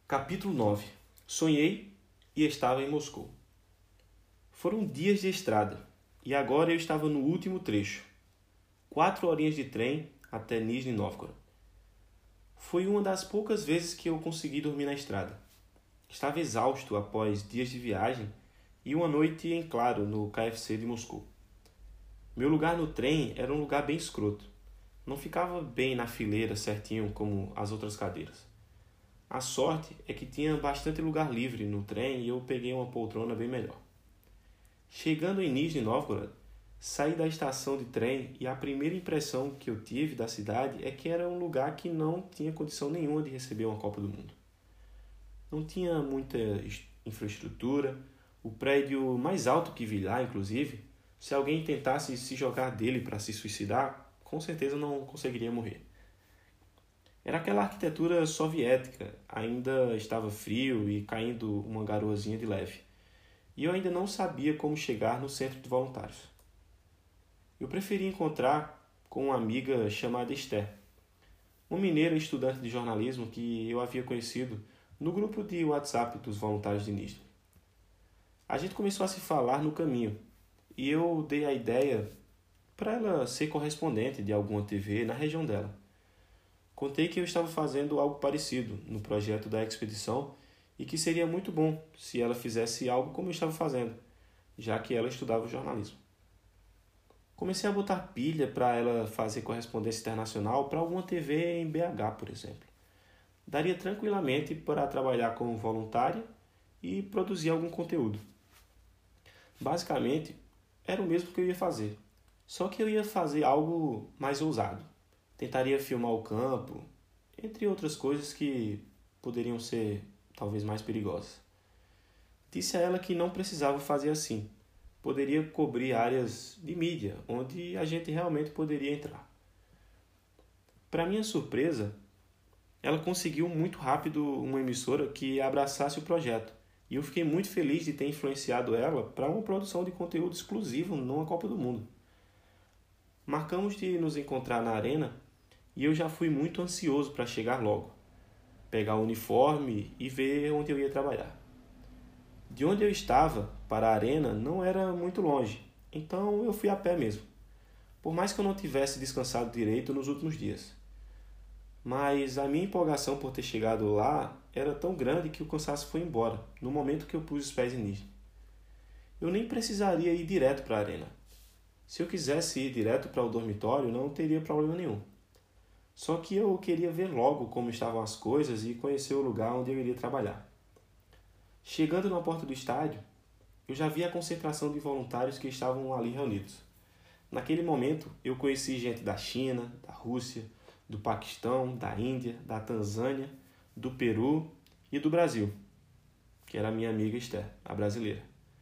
Capítulo 9. Sonhei e estava em Moscou. Foram dias de estrada e agora eu estava no último trecho. 4 horinhas de trem até Nizhny Novgorod. Foi uma das poucas vezes que eu consegui dormir na estrada. Estava exausto após dias de viagem e uma noite em claro no KFC de Moscou. Meu lugar no trem era um lugar bem escroto. Não ficava bem na fileira certinho como as outras cadeiras. A sorte é que tinha bastante lugar livre no trem e eu peguei uma poltrona bem melhor. Chegando em Nizhny Novgorod, saí da estação de trem e a primeira impressão que eu tive da cidade é que era um lugar que não tinha condição nenhuma de receber uma Copa do Mundo. Não tinha muita infraestrutura, o prédio mais alto que vi lá, inclusive, se alguém tentasse se jogar dele para se suicidar, com certeza não conseguiria morrer. Era aquela arquitetura soviética, ainda estava frio e caindo uma garoazinha de leve. E eu ainda não sabia como chegar no centro de voluntários. Eu preferi encontrar com uma amiga chamada Esther, uma mineira estudante de jornalismo que eu havia conhecido no grupo de WhatsApp dos voluntários de Nizhny. A gente começou a se falar no caminho e eu dei a ideia para ela ser correspondente de alguma TV na região dela. Contei que eu estava fazendo algo parecido no projeto da expedição e que seria muito bom se ela fizesse algo como eu estava fazendo, já que ela estudava jornalismo. Comecei a botar pilha para ela fazer correspondência internacional para alguma TV em BH, por exemplo. Daria tranquilamente para trabalhar como voluntária e produzir algum conteúdo. Basicamente, era o mesmo que eu ia fazer, só que eu ia fazer algo mais ousado. Tentaria filmar o campo, entre outras coisas que poderiam ser talvez mais perigosas. Disse a ela que não precisava fazer assim. Poderia cobrir áreas de mídia, onde a gente realmente poderia entrar. Para minha surpresa, ela conseguiu muito rápido uma emissora que abraçasse o projeto. E eu fiquei muito feliz de ter influenciado ela para uma produção de conteúdo exclusivo numa Copa do Mundo. Marcamos de nos encontrar na arena e eu já fui muito ansioso para chegar logo, pegar o uniforme e ver onde eu ia trabalhar. De onde eu estava para a arena não era muito longe, então eu fui a pé mesmo, por mais que eu não tivesse descansado direito nos últimos dias. Mas a minha empolgação por ter chegado lá era tão grande que o cansaço foi embora no momento que eu pus os pés em Nizhny. Eu nem precisaria ir direto para a arena. Se eu quisesse ir direto para o dormitório, não teria problema nenhum. Só que eu queria ver logo como estavam as coisas e conhecer o lugar onde eu iria trabalhar. Chegando na porta do estádio, eu já vi a concentração de voluntários que estavam ali reunidos. Naquele momento, eu conheci gente da China, da Rússia, do Paquistão, da Índia, da Tanzânia, do Peru e do Brasil, que era a minha amiga Esther, a brasileira.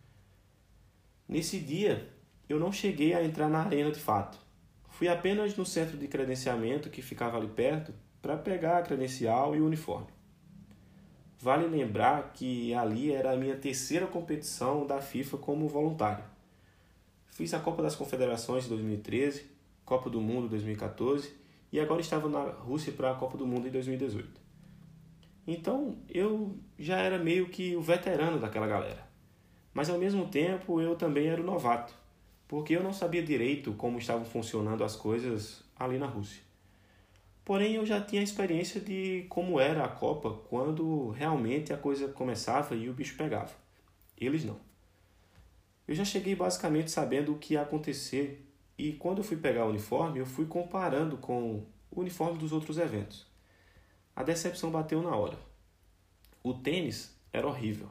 Nesse dia, eu não cheguei a entrar na arena de fato. Fui apenas no centro de credenciamento que ficava ali perto para pegar a credencial e o uniforme. Vale lembrar que ali era a minha terceira competição da FIFA como voluntário. Fiz a Copa das Confederações de 2013, Copa do Mundo 2014 e agora estava na Rússia para a Copa do Mundo em 2018. Então eu já era meio que o veterano daquela galera. Mas ao mesmo tempo eu também era o novato, porque eu não sabia direito como estavam funcionando as coisas ali na Rússia. Porém, eu já tinha a experiência de como era a Copa quando realmente a coisa começava e o bicho pegava. Eles não. Eu já cheguei basicamente sabendo o que ia acontecer e quando eu fui pegar o uniforme, eu fui comparando com o uniforme dos outros eventos. A decepção bateu na hora. O tênis era horrível.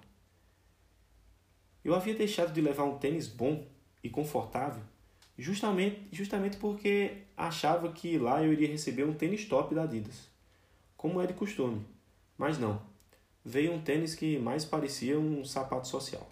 Eu havia deixado de levar um tênis bom e confortável, justamente porque achava que lá eu iria receber um tênis top da Adidas, como é de costume. Mas não, veio um tênis que mais parecia um sapato social.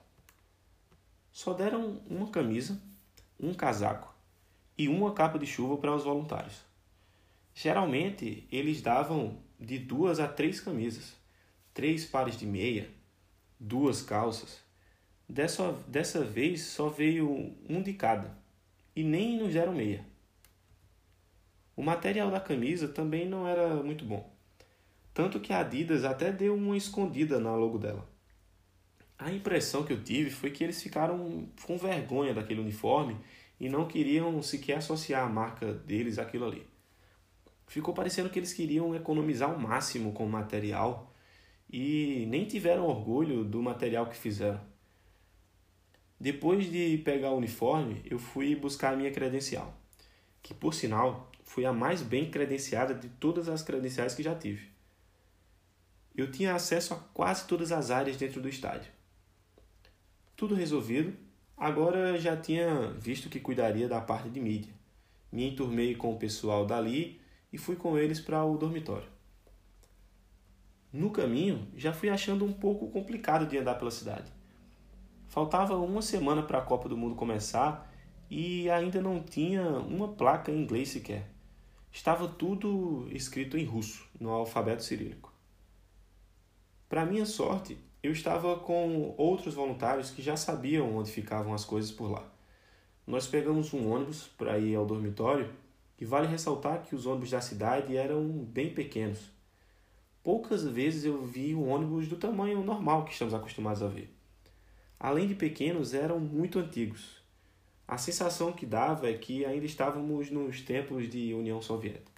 Só deram uma camisa, um casaco e uma capa de chuva para os voluntários. Geralmente, eles davam de 2 a 3 camisas, 3 pares de meia, 2 calças. Dessa vez só veio um de cada, e nem nos deram meia. O material da camisa também não era muito bom. Tanto que a Adidas até deu uma escondida na logo dela. A impressão que eu tive foi que eles ficaram com vergonha daquele uniforme e não queriam sequer associar a marca deles àquilo ali. Ficou parecendo que eles queriam economizar o máximo com o material e nem tiveram orgulho do material que fizeram. Depois de pegar o uniforme, eu fui buscar a minha credencial, que por sinal foi a mais bem credenciada de todas as credenciais que já tive. Eu tinha acesso a quase todas as áreas dentro do estádio. Tudo resolvido, agora já tinha visto que cuidaria da parte de mídia. Me enturmei com o pessoal dali e fui com eles para o dormitório. No caminho, já fui achando um pouco complicado de andar pela cidade. Faltava uma semana para a Copa do Mundo começar e ainda não tinha uma placa em inglês sequer. Estava tudo escrito em russo, no alfabeto cirílico. Para minha sorte, eu estava com outros voluntários que já sabiam onde ficavam as coisas por lá. Nós pegamos um ônibus para ir ao dormitório e vale ressaltar que os ônibus da cidade eram bem pequenos. Poucas vezes eu vi um ônibus do tamanho normal que estamos acostumados a ver. Além de pequenos, eram muito antigos. A sensação que dava é que ainda estávamos nos tempos de União Soviética.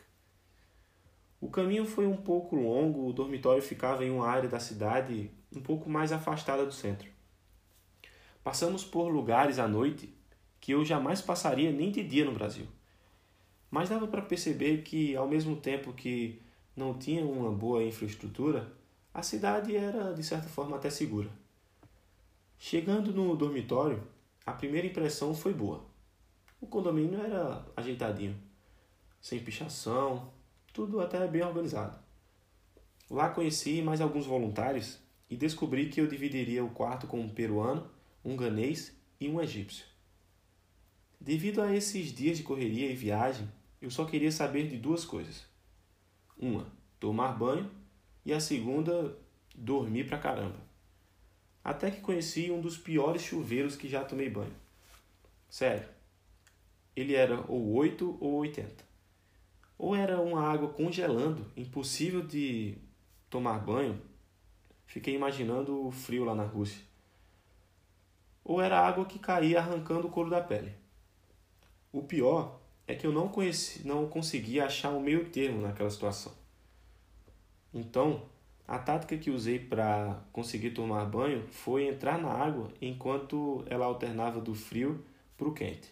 O caminho foi um pouco longo, o dormitório ficava em uma área da cidade um pouco mais afastada do centro. Passamos por lugares à noite que eu jamais passaria nem de dia no Brasil. Mas dava para perceber que, ao mesmo tempo que não tinha uma boa infraestrutura, a cidade era, de certa forma, até segura. Chegando no dormitório, a primeira impressão foi boa. O condomínio era ajeitadinho, sem pichação, tudo até bem organizado. Lá conheci mais alguns voluntários e descobri que eu dividiria o quarto com um peruano, um ganês e um egípcio. Devido a esses dias de correria e viagem, eu só queria saber de duas coisas. Uma, tomar banho, e a segunda, dormir pra caramba. Até que conheci um dos piores chuveiros que já tomei banho. Sério, ele era ou 8 ou 80. Ou era uma água congelando, impossível de tomar banho. Fiquei imaginando o frio lá na Rússia. Ou era água que caía arrancando o couro da pele. O pior é que eu não conseguia achar um meio termo naquela situação. Então, a tática que usei para conseguir tomar banho foi entrar na água enquanto ela alternava do frio para o quente.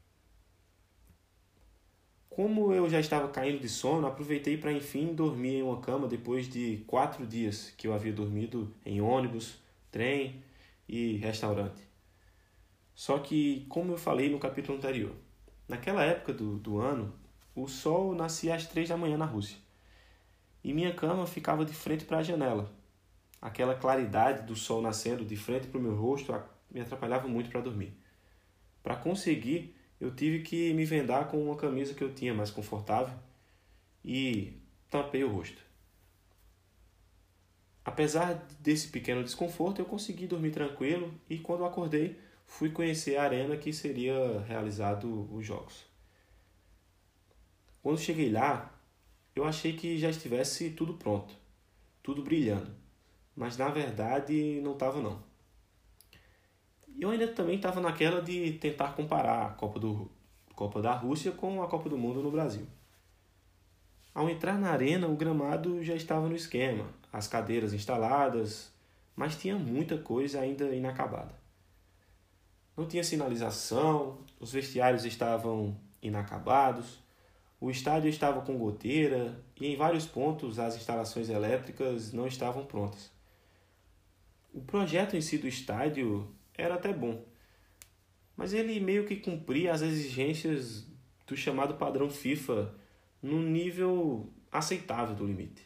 Como eu já estava caindo de sono, aproveitei para enfim dormir em uma cama depois de 4 dias que eu havia dormido em ônibus, trem e restaurante. Só que, como eu falei no capítulo anterior, naquela época do ano, o sol nascia às 3 da manhã na Rússia. E minha cama ficava de frente para a janela. Aquela claridade do sol nascendo de frente para o meu rosto me atrapalhava muito para dormir. Para conseguir, eu tive que me vendar com uma camisa que eu tinha mais confortável e tampei o rosto. Apesar desse pequeno desconforto, eu consegui dormir tranquilo e quando acordei, fui conhecer a arena que seria realizado os jogos. Quando cheguei lá, eu achei que já estivesse tudo pronto, tudo brilhando, mas na verdade não estava não. Eu ainda também estava naquela de tentar comparar a Copa da Rússia com a Copa do Mundo no Brasil. Ao entrar na arena, o gramado já estava no esquema, as cadeiras instaladas, mas tinha muita coisa ainda inacabada. Não tinha sinalização, os vestiários estavam inacabados, o estádio estava com goteira e em vários pontos as instalações elétricas não estavam prontas. O projeto em si do estádio era até bom, mas ele meio que cumpria as exigências do chamado padrão FIFA num nível aceitável do limite.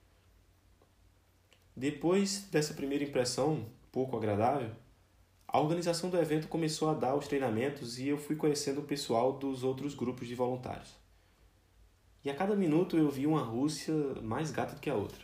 Depois dessa primeira impressão pouco agradável, a organização do evento começou a dar os treinamentos e eu fui conhecendo o pessoal dos outros grupos de voluntários. E a cada minuto eu vi uma Rússia mais gata do que a outra.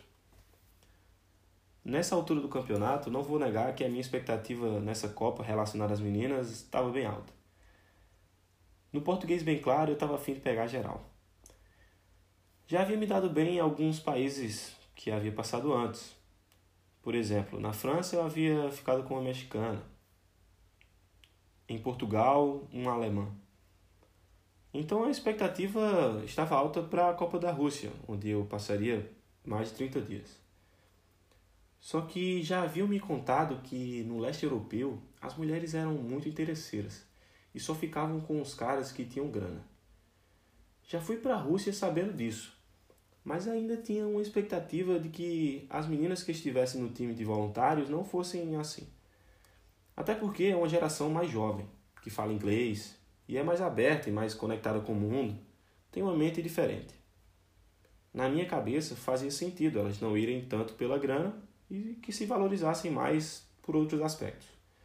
Nessa altura do campeonato, não vou negar que a minha expectativa nessa Copa relacionada às meninas estava bem alta. No português bem claro, eu estava a fim de pegar geral. Já havia me dado bem em alguns países que havia passado antes. Por exemplo, na França eu havia ficado com uma mexicana. Em Portugal, uma alemã. Então a expectativa estava alta para a Copa da Rússia, onde eu passaria mais de 30 dias. Só que já haviam me contado que no leste europeu as mulheres eram muito interesseiras e só ficavam com os caras que tinham grana. Já fui para a Rússia sabendo disso, mas ainda tinha uma expectativa de que as meninas que estivessem no time de voluntários não fossem assim. Até porque é uma geração mais jovem, que fala inglês e é mais aberta e mais conectada com o mundo, tem uma mente diferente. Na minha cabeça fazia sentido elas não irem tanto pela grana e que se valorizassem mais por outros aspectos.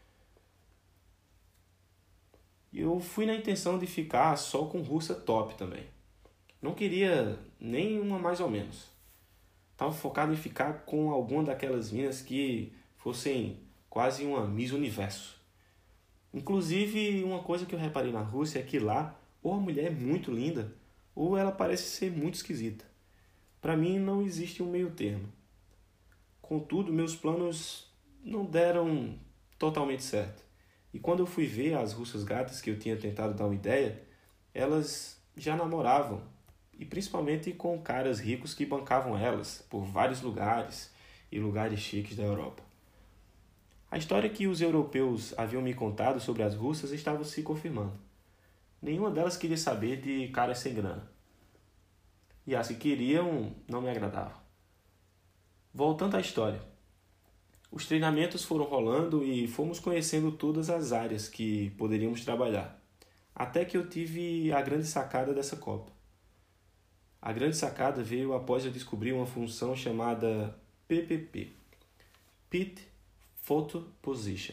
Eu fui na intenção de ficar só com russa top também. Não queria nem uma mais ou menos. Estava focado em ficar com alguma daquelas minas que fossem quase uma Miss Universo. Inclusive, uma coisa que eu reparei na Rússia é que lá, ou a mulher é muito linda, ou ela parece ser muito esquisita. Para mim, não existe um meio termo. Contudo, meus planos não deram totalmente certo. E quando eu fui ver as russas gatas que eu tinha tentado dar uma ideia, elas já namoravam. E principalmente com caras ricos que bancavam elas por vários lugares e lugares chiques da Europa. A história que os europeus haviam me contado sobre as russas estava se confirmando. Nenhuma delas queria saber de caras sem grana. E as que queriam não me agradavam. Voltando à história. Os treinamentos foram rolando e fomos conhecendo todas as áreas que poderíamos trabalhar. Até que eu tive a grande sacada dessa Copa. A grande sacada veio após eu descobrir uma função chamada PPP, Pit Photo Position,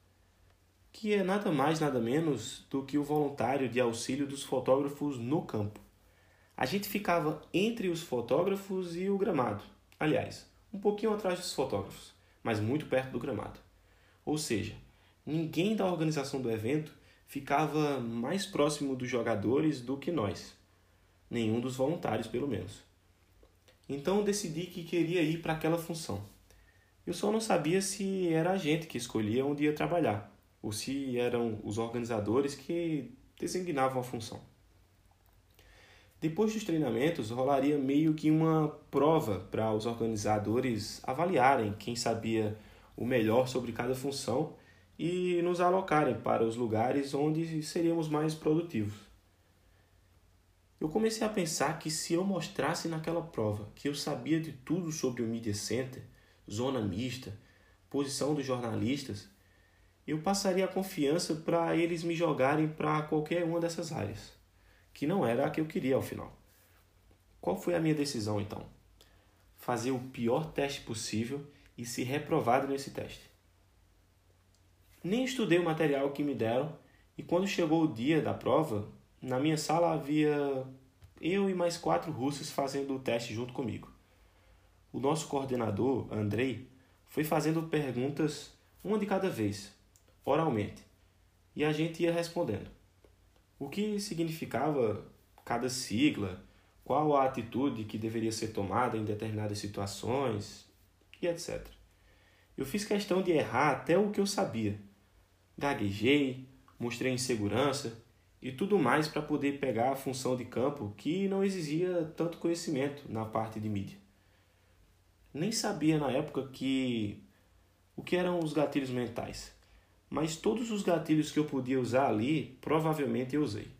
que é nada mais nada menos do que o voluntário de auxílio dos fotógrafos no campo. A gente ficava entre os fotógrafos e o gramado. Aliás, um pouquinho atrás dos fotógrafos, mas muito perto do gramado. Ou seja, ninguém da organização do evento ficava mais próximo dos jogadores do que nós. Nenhum dos voluntários, pelo menos. Então decidi que queria ir para aquela função. Eu só não sabia se era a gente que escolhia onde ia trabalhar, ou se eram os organizadores que designavam a função. Depois dos treinamentos, rolaria meio que uma prova para os organizadores avaliarem quem sabia o melhor sobre cada função e nos alocarem para os lugares onde seríamos mais produtivos. Eu comecei a pensar que se eu mostrasse naquela prova que eu sabia de tudo sobre o Media Center, zona mista, posição dos jornalistas, eu passaria a confiança para eles me jogarem para qualquer uma dessas áreas, que não era a que eu queria ao final. Qual foi a minha decisão então? Fazer o pior teste possível e ser reprovado nesse teste. Nem estudei o material que me deram e quando chegou o dia da prova, na minha sala havia eu e mais 4 russos fazendo o teste junto comigo. O nosso coordenador, Andrei, foi fazendo perguntas, uma de cada vez, oralmente, e a gente ia respondendo. O que significava cada sigla, qual a atitude que deveria ser tomada em determinadas situações, e etc. Eu fiz questão de errar até o que eu sabia. Gaguejei, mostrei insegurança e tudo mais para poder pegar a função de campo que não exigia tanto conhecimento na parte de mídia. Nem sabia na época o que eram os gatilhos mentais, mas todos os gatilhos que eu podia usar ali, provavelmente eu usei.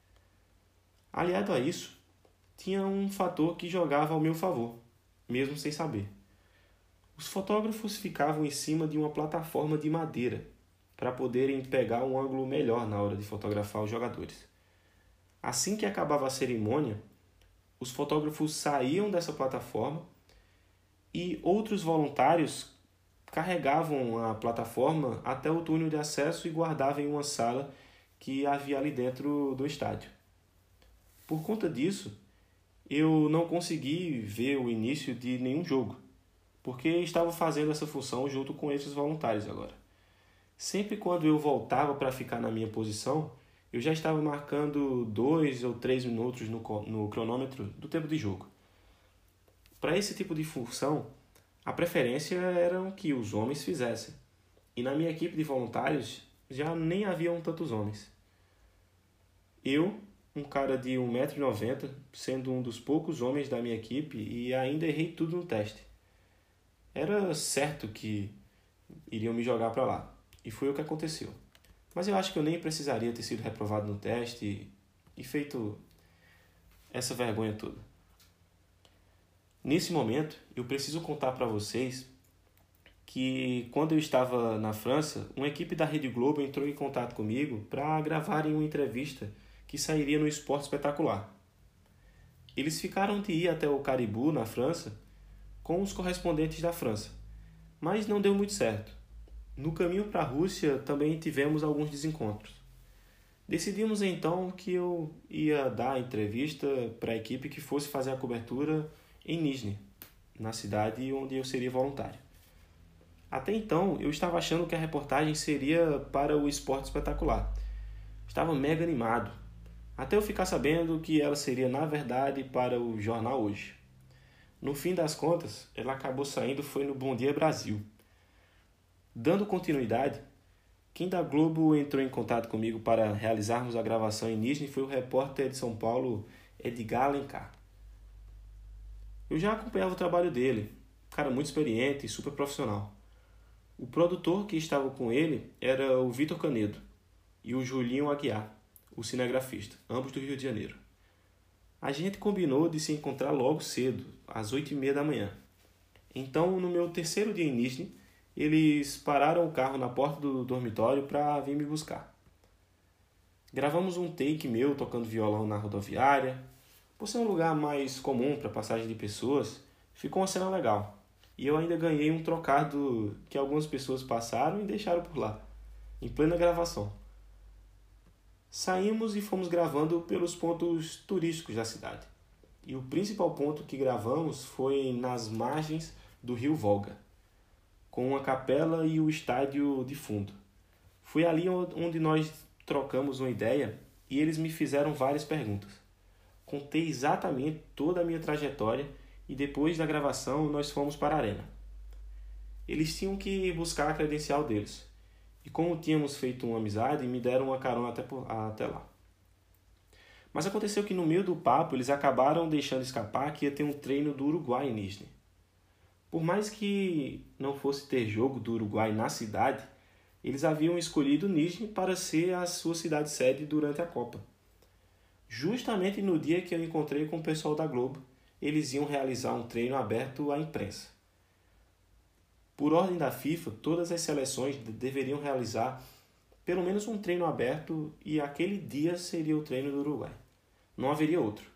Aliado a isso, tinha um fator que jogava ao meu favor, mesmo sem saber. Os fotógrafos ficavam em cima de uma plataforma de madeira para poderem pegar um ângulo melhor na hora de fotografar os jogadores. Assim que acabava a cerimônia, os fotógrafos saíam dessa plataforma e outros voluntários carregavam a plataforma até o túnel de acesso e guardavam em uma sala que havia ali dentro do estádio. Por conta disso, eu não consegui ver o início de nenhum jogo, porque estava fazendo essa função junto com esses voluntários agora. Sempre quando eu voltava para ficar na minha posição, eu já estava marcando 2 ou 3 minutos no cronômetro do tempo de jogo. Para esse tipo de função, a preferência era que os homens fizessem. E na minha equipe de voluntários já nem haviam tantos homens. Eu, um cara de 1,90 m, sendo um dos poucos homens da minha equipe, e ainda errei tudo no teste. Era certo que iriam me jogar para lá, e foi o que aconteceu. Mas eu acho que eu nem precisaria ter sido reprovado no teste e feito essa vergonha toda. Nesse momento, eu preciso contar para vocês que quando eu estava na França, uma equipe da Rede Globo entrou em contato comigo para gravarem uma entrevista que sairia no Esporte Espetacular. Eles ficaram de ir até o Caribou, na França, com os correspondentes da França, mas não deu muito certo. No caminho para a Rússia também tivemos alguns desencontros. Decidimos então que eu ia dar a entrevista para a equipe que fosse fazer a cobertura em Nizhny, na cidade onde eu seria voluntário. Até então, eu estava achando que a reportagem seria para o Esporte Espetacular. Estava mega animado, até eu ficar sabendo que ela seria, na verdade, para o Jornal Hoje. No fim das contas, ela acabou saindo foi no Bom Dia Brasil. Dando continuidade, quem da Globo entrou em contato comigo para realizarmos a gravação em Nizhny foi o repórter de São Paulo, Edgar Alencar. Eu já acompanhava o trabalho dele, cara muito experiente e super profissional. O produtor que estava com ele era o Vitor Canedo e o Julinho Aguiar, o cinegrafista, ambos do Rio de Janeiro. A gente combinou de se encontrar logo cedo, às 8h30 da manhã. Então, no meu terceiro dia em Nizhny, eles pararam o carro na porta do dormitório para vir me buscar. Gravamos um take meu tocando violão na rodoviária. Por ser um lugar mais comum para passagem de pessoas, ficou uma cena legal. E eu ainda ganhei um trocado que algumas pessoas passaram e deixaram por lá, em plena gravação. Saímos e fomos gravando pelos pontos turísticos da cidade. E o principal ponto que gravamos foi nas margens do rio Volga, com uma capela e o estádio de fundo. Foi ali onde nós trocamos uma ideia e eles me fizeram várias perguntas. Contei exatamente toda a minha trajetória e depois da gravação nós fomos para a arena. Eles tinham que buscar a credencial deles. E como tínhamos feito uma amizade, me deram uma carona até lá. Mas aconteceu que no meio do papo eles acabaram deixando escapar que ia ter um treino do Uruguai em Nizhny. Por mais que não fosse ter jogo do Uruguai na cidade, eles haviam escolhido Nizhny para ser a sua cidade sede durante a Copa. Justamente no dia que eu encontrei com o pessoal da Globo, eles iam realizar um treino aberto à imprensa. Por ordem da FIFA, todas as seleções deveriam realizar pelo menos um treino aberto e aquele dia seria o treino do Uruguai. Não haveria outro.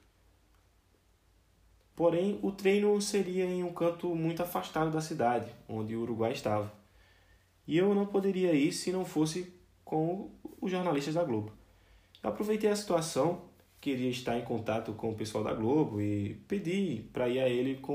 Porém, o treino seria em um canto muito afastado da cidade, onde o Uruguai estava. E eu não poderia ir se não fosse com os jornalistas da Globo. Eu aproveitei a situação, queria estar em contato com o pessoal da Globo e pedi para ir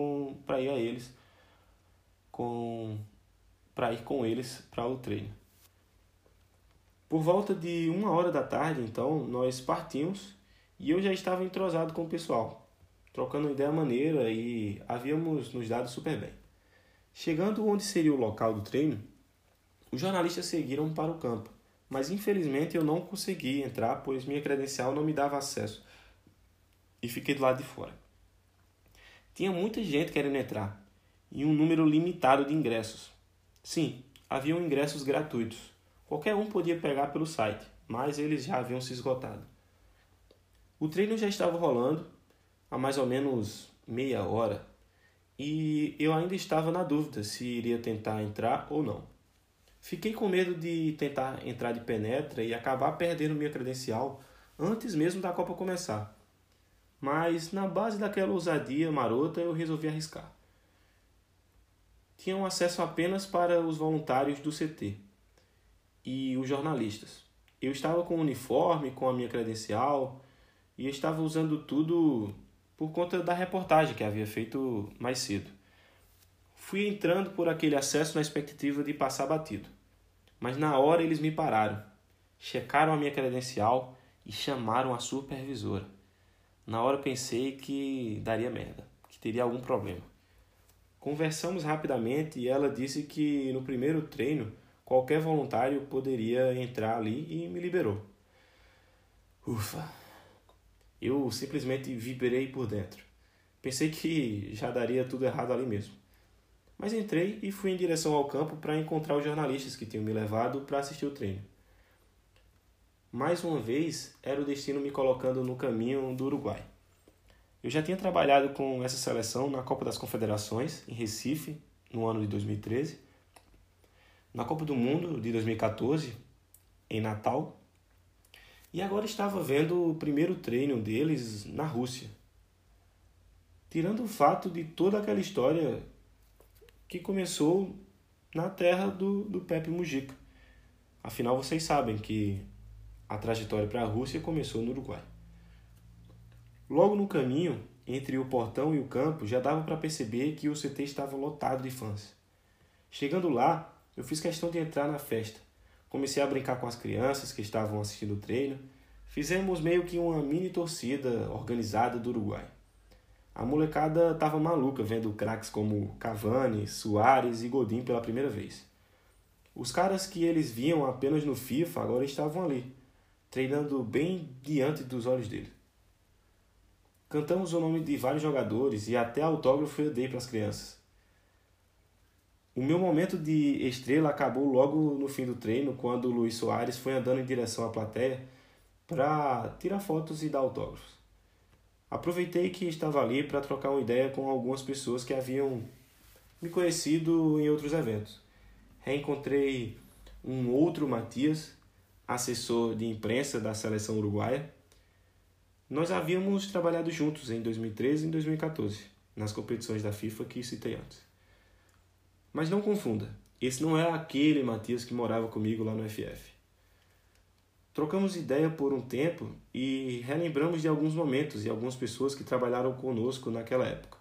com eles para o treino. Por volta de 1h da tarde, então, nós partimos e eu já estava entrosado com o pessoal, trocando uma ideia maneira e havíamos nos dado super bem. Chegando onde seria o local do treino, os jornalistas seguiram para o campo, mas infelizmente eu não consegui entrar, pois minha credencial não me dava acesso e fiquei do lado de fora. Tinha muita gente querendo entrar e um número limitado de ingressos. Sim, haviam ingressos gratuitos. Qualquer um podia pegar pelo site, mas eles já haviam se esgotado. O treino já estava rolando há mais ou menos meia hora e eu ainda estava na dúvida se iria tentar entrar ou não. Fiquei com medo de tentar entrar de penetra e acabar perdendo minha credencial antes mesmo da Copa começar. Mas na base daquela ousadia marota eu resolvi arriscar. Tinham acesso apenas para os voluntários do CT e os jornalistas. Eu estava com o uniforme, com a minha credencial e estava usando tudo por conta da reportagem que havia feito mais cedo. Fui entrando por aquele acesso na expectativa de passar batido. Mas na hora eles me pararam, checaram a minha credencial e chamaram a supervisora. Na hora pensei que daria merda, que teria algum problema. Conversamos rapidamente e ela disse que no primeiro treino qualquer voluntário poderia entrar ali e me liberou. Ufa! Eu simplesmente vibrei por dentro. Pensei que já daria tudo errado ali mesmo. Mas entrei e fui em direção ao campo para encontrar os jornalistas que tinham me levado para assistir o treino. Mais uma vez, era o destino me colocando no caminho do Uruguai. Eu já tinha trabalhado com essa seleção na Copa das Confederações, em Recife, no ano de 2013, na Copa do Mundo de 2014, em Natal, e agora estava vendo o primeiro treino deles na Rússia. Tirando o fato de toda aquela história que começou na terra do Pepe Mujica. Afinal, vocês sabem que a trajetória para a Rússia começou no Uruguai. Logo no caminho, entre o portão e o campo, já dava para perceber que o CT estava lotado de fãs. Chegando lá, eu fiz questão de entrar na festa. Comecei a brincar com as crianças que estavam assistindo o treino. Fizemos meio que uma mini torcida organizada do Uruguai. A molecada estava maluca vendo craques como Cavani, Suárez e Godin pela primeira vez. Os caras que eles viam apenas no FIFA agora estavam ali, treinando bem diante dos olhos dele. Cantamos o nome de vários jogadores e até autógrafo eu dei para as crianças. O meu momento de estrela acabou logo no fim do treino, quando o Luís Soares foi andando em direção à plateia para tirar fotos e dar autógrafos. Aproveitei que estava ali para trocar uma ideia com algumas pessoas que haviam me conhecido em outros eventos. Reencontrei um outro Matias, assessor de imprensa da seleção uruguaia. Nós havíamos trabalhado juntos em 2013 e em 2014, nas competições da FIFA que citei antes. Mas não confunda, esse não é aquele Matias que morava comigo lá no FF. Trocamos ideia por um tempo e relembramos de alguns momentos e algumas pessoas que trabalharam conosco naquela época.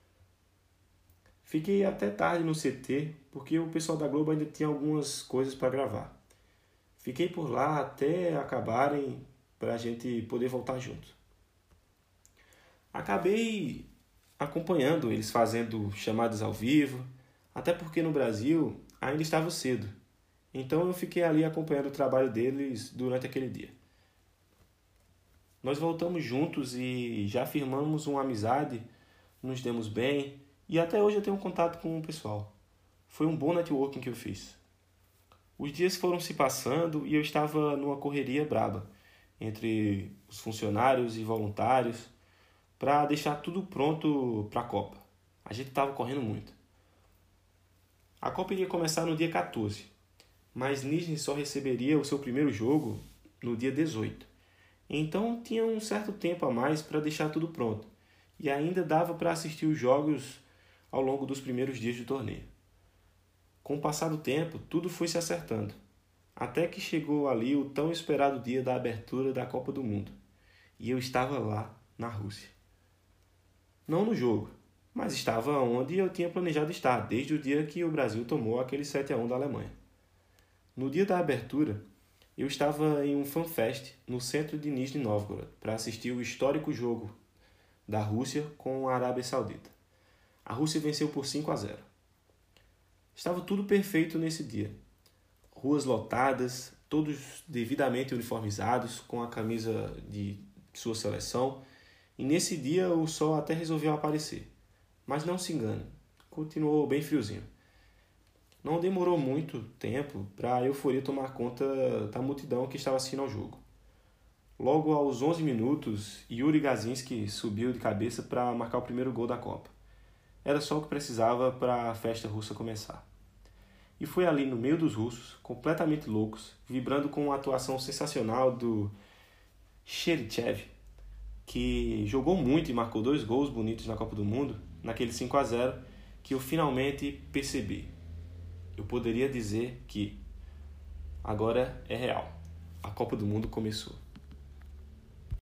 Fiquei até tarde no CT porque o pessoal da Globo ainda tinha algumas coisas para gravar. Fiquei por lá até acabarem para a gente poder voltar junto. Acabei acompanhando eles fazendo chamadas ao vivo, até porque no Brasil ainda estava cedo. Então eu fiquei ali acompanhando o trabalho deles durante aquele dia. Nós voltamos juntos e já firmamos uma amizade, nos demos bem e até hoje eu tenho contato com o pessoal. Foi um bom networking que eu fiz. Os dias foram se passando e eu estava numa correria braba entre os funcionários e voluntários para deixar tudo pronto para a Copa. A gente estava correndo muito. A Copa iria começar no dia 14, mas Nizhny só receberia o seu primeiro jogo no dia 18. Então tinha um certo tempo a mais para deixar tudo pronto e ainda dava para assistir os jogos ao longo dos primeiros dias do torneio. Com o passar do tempo, tudo foi se acertando, até que chegou ali o tão esperado dia da abertura da Copa do Mundo, e eu estava lá, na Rússia. Não no jogo, mas estava onde eu tinha planejado estar, desde o dia que o Brasil tomou aquele 7-1 da Alemanha. No dia da abertura, eu estava em um fanfest no centro de Nizhny Novgorod para assistir o histórico jogo da Rússia com a Arábia Saudita. A Rússia venceu por 5-0. Estava tudo perfeito nesse dia. Ruas lotadas, todos devidamente uniformizados, com a camisa de sua seleção. E nesse dia o sol até resolveu aparecer. Mas não se engane, continuou bem friozinho. Não demorou muito tempo para a euforia tomar conta da multidão que estava assistindo ao jogo. Logo aos 11 minutos, Yuri Gazinski subiu de cabeça para marcar o primeiro gol da Copa. Era só o que precisava para a festa russa começar. E foi ali no meio dos russos, completamente loucos, vibrando com uma atuação sensacional do Cherchev, que jogou muito e marcou 2 gols bonitos na Copa do Mundo, naquele 5-0, que eu finalmente percebi. Eu poderia dizer que agora é real. A Copa do Mundo começou.